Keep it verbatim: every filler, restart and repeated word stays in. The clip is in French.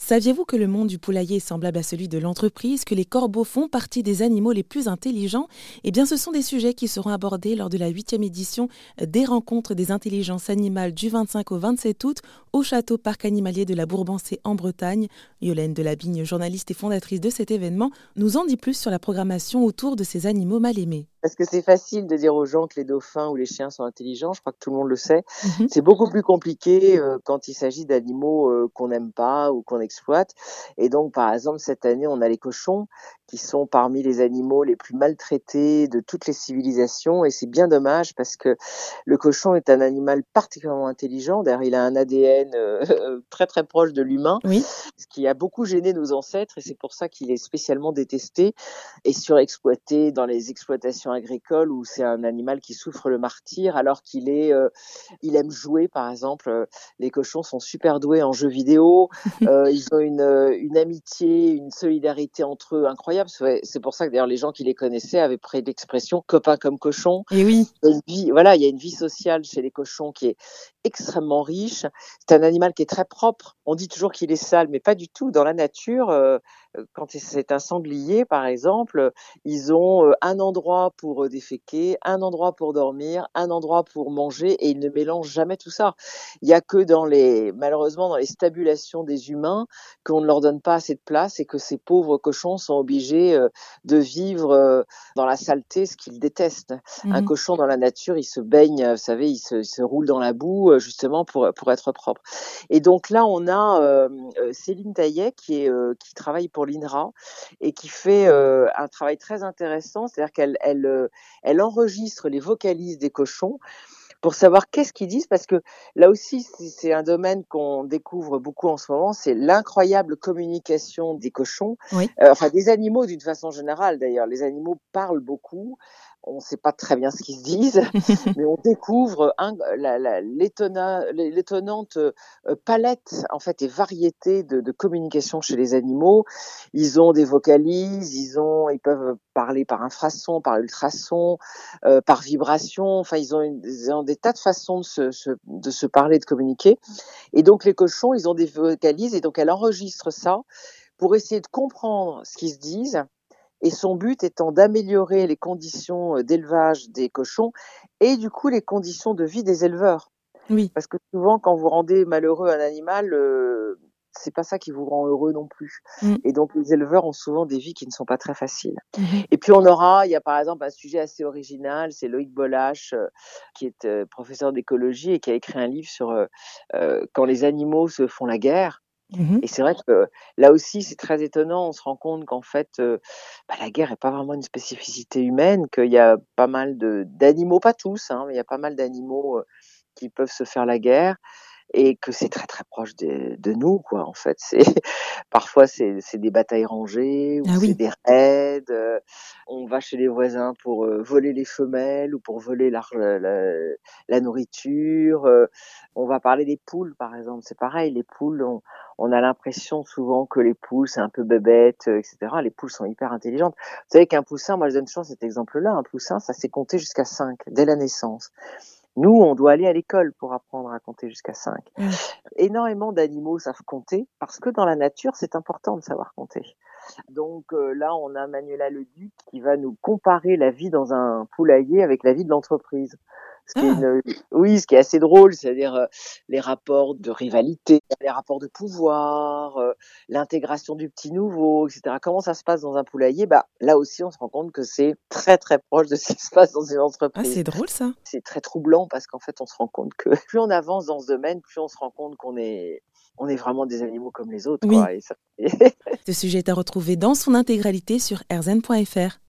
Saviez-vous que le monde du poulailler est semblable à celui de l'entreprise, que les corbeaux font partie des animaux les plus intelligents? Eh bien, ce sont des sujets qui seront abordés lors de la huitième édition des rencontres des intelligences animales du vingt-cinq au vingt-sept août au château parc animalier de la Bourbansée en Bretagne. Yolaine Delabigne, journaliste et fondatrice de cet événement, nous en dit plus sur la programmation autour de ces animaux mal aimés. Parce que c'est facile de dire aux gens que les dauphins ou les chiens sont intelligents, je crois que tout le monde le sait. Mhm. C'est beaucoup plus compliqué euh, quand il s'agit d'animaux euh, qu'on n'aime pas ou qu'on exploite. Et donc, par exemple, cette année, on a les cochons qui sont parmi les animaux les plus maltraités de toutes les civilisations. Et c'est bien dommage parce que le cochon est un animal particulièrement intelligent. D'ailleurs, il a un A D N euh, très très proche de l'humain, Oui. ce qui a beaucoup gêné nos ancêtres. Et c'est pour ça qu'il est spécialement détesté et surexploité dans les exploitations agricoles où c'est un animal qui souffre le martyre alors qu'il est, euh, il aime jouer par exemple. Euh, les cochons sont super doués en jeux vidéo, euh, ils ont une, une amitié, une solidarité entre eux incroyable. C'est, c'est pour ça que d'ailleurs les gens qui les connaissaient avaient pris l'expression copain comme cochon. Et oui. Il y a une vie, voilà, il y a une vie sociale chez les cochons qui est extrêmement riche. C'est un animal qui est très propre. On dit toujours qu'il est sale, mais pas du tout. Dans la nature, euh, quand c'est un sanglier, par exemple, ils ont un endroit pour déféquer, un endroit pour dormir, un endroit pour manger, et ils ne mélangent jamais tout ça. Il y a que dans les, malheureusement, dans les stabulations des humains, qu'on ne leur donne pas assez de place et que ces pauvres cochons sont obligés de vivre dans la saleté, ce qu'ils détestent. Mhm. Un cochon dans la nature, il se baigne, vous savez, il se, il se roule dans la boue, justement pour pour être propre. Et donc là, on a euh, Céline Taillet qui est euh, qui travaille pour l'I N R A et qui fait euh, un travail très intéressant, c'est-à-dire qu'elle elle euh, elle enregistre les vocalises des cochons pour savoir qu'est-ce qu'ils disent, parce que là aussi, c'est, c'est un domaine qu'on découvre beaucoup en ce moment, c'est l'incroyable communication des cochons, Oui. euh, enfin des animaux d'une façon générale d'ailleurs. Les animaux parlent beaucoup, on ne sait pas très bien ce qu'ils se disent, mais on découvre un, la, la, l'étonna, l'étonnante euh, palette en fait et variété de, de communication chez les animaux. Ils ont des vocalises, ils ont, ils peuvent parler par infrason, par ultrason, euh, par vibration. Enfin, ils ont, une, ils ont des tas de façons de se, se, de se parler, de communiquer. Et donc les cochons, ils ont des vocalises et donc elle enregistre ça pour essayer de comprendre ce qu'ils se disent. Et son but étant d'améliorer les conditions d'élevage des cochons et du coup les conditions de vie des éleveurs. Oui. Parce que souvent, quand vous rendez malheureux un animal, euh, c'est pas ça qui vous rend heureux non plus. Mm. Et donc les éleveurs ont souvent des vies qui ne sont pas très faciles. Mhm. Et puis on aura, il y a par exemple un sujet assez original, c'est Loïc Bolache, euh, qui est euh, professeur d'écologie et qui a écrit un livre sur euh, euh, quand les animaux se font la guerre. Mhm. Et c'est vrai que là aussi, c'est très étonnant. On se rend compte qu'en fait, euh, bah, la guerre est pas vraiment une spécificité humaine, qu'il y a pas mal de, d'animaux, pas tous, hein, mais il y a pas mal d'animaux euh, qui peuvent se faire la guerre et que c'est très très proche de, de nous, quoi. En fait, c'est parfois c'est, c'est des batailles rangées ou Ah c'est oui. des raids. Euh, on va chez les voisins pour euh, voler les femelles ou pour voler la, la, la nourriture. Euh, on va parler des poules, par exemple. C'est pareil, les poules. On, on a l'impression souvent que les poules c'est un peu bébête, euh, et cetera. Les poules sont hyper intelligentes. Vous savez qu'un poussin, moi je donne toujours cet exemple-là. Un poussin, ça s'est compté jusqu'à cinq dès la naissance. Nous, on doit aller à l'école pour apprendre à compter jusqu'à cinq. Oui. Énormément d'animaux savent compter parce que dans la nature, c'est important de savoir compter. Donc euh, là, on a Manuela Leduc qui va nous comparer la vie dans un poulailler avec la vie de l'entreprise. Ce qui est Ah. une, oui, ce qui est assez drôle, c'est-à-dire euh, les rapports de rivalité, les rapports de pouvoir, euh, l'intégration du petit nouveau, et cetera. Comment ça se passe dans un poulailler? Bah là aussi, on se rend compte que c'est très très proche de ce qui se passe dans une Ah, entreprise. c'est drôle ça. C'est très troublant parce qu'en fait, on se rend compte que plus on avance dans ce domaine, plus on se rend compte qu'on est, on est vraiment des animaux comme les autres, Oui. quoi. Et ça... Ce sujet est à retrouver dans son intégralité sur r zen point f r.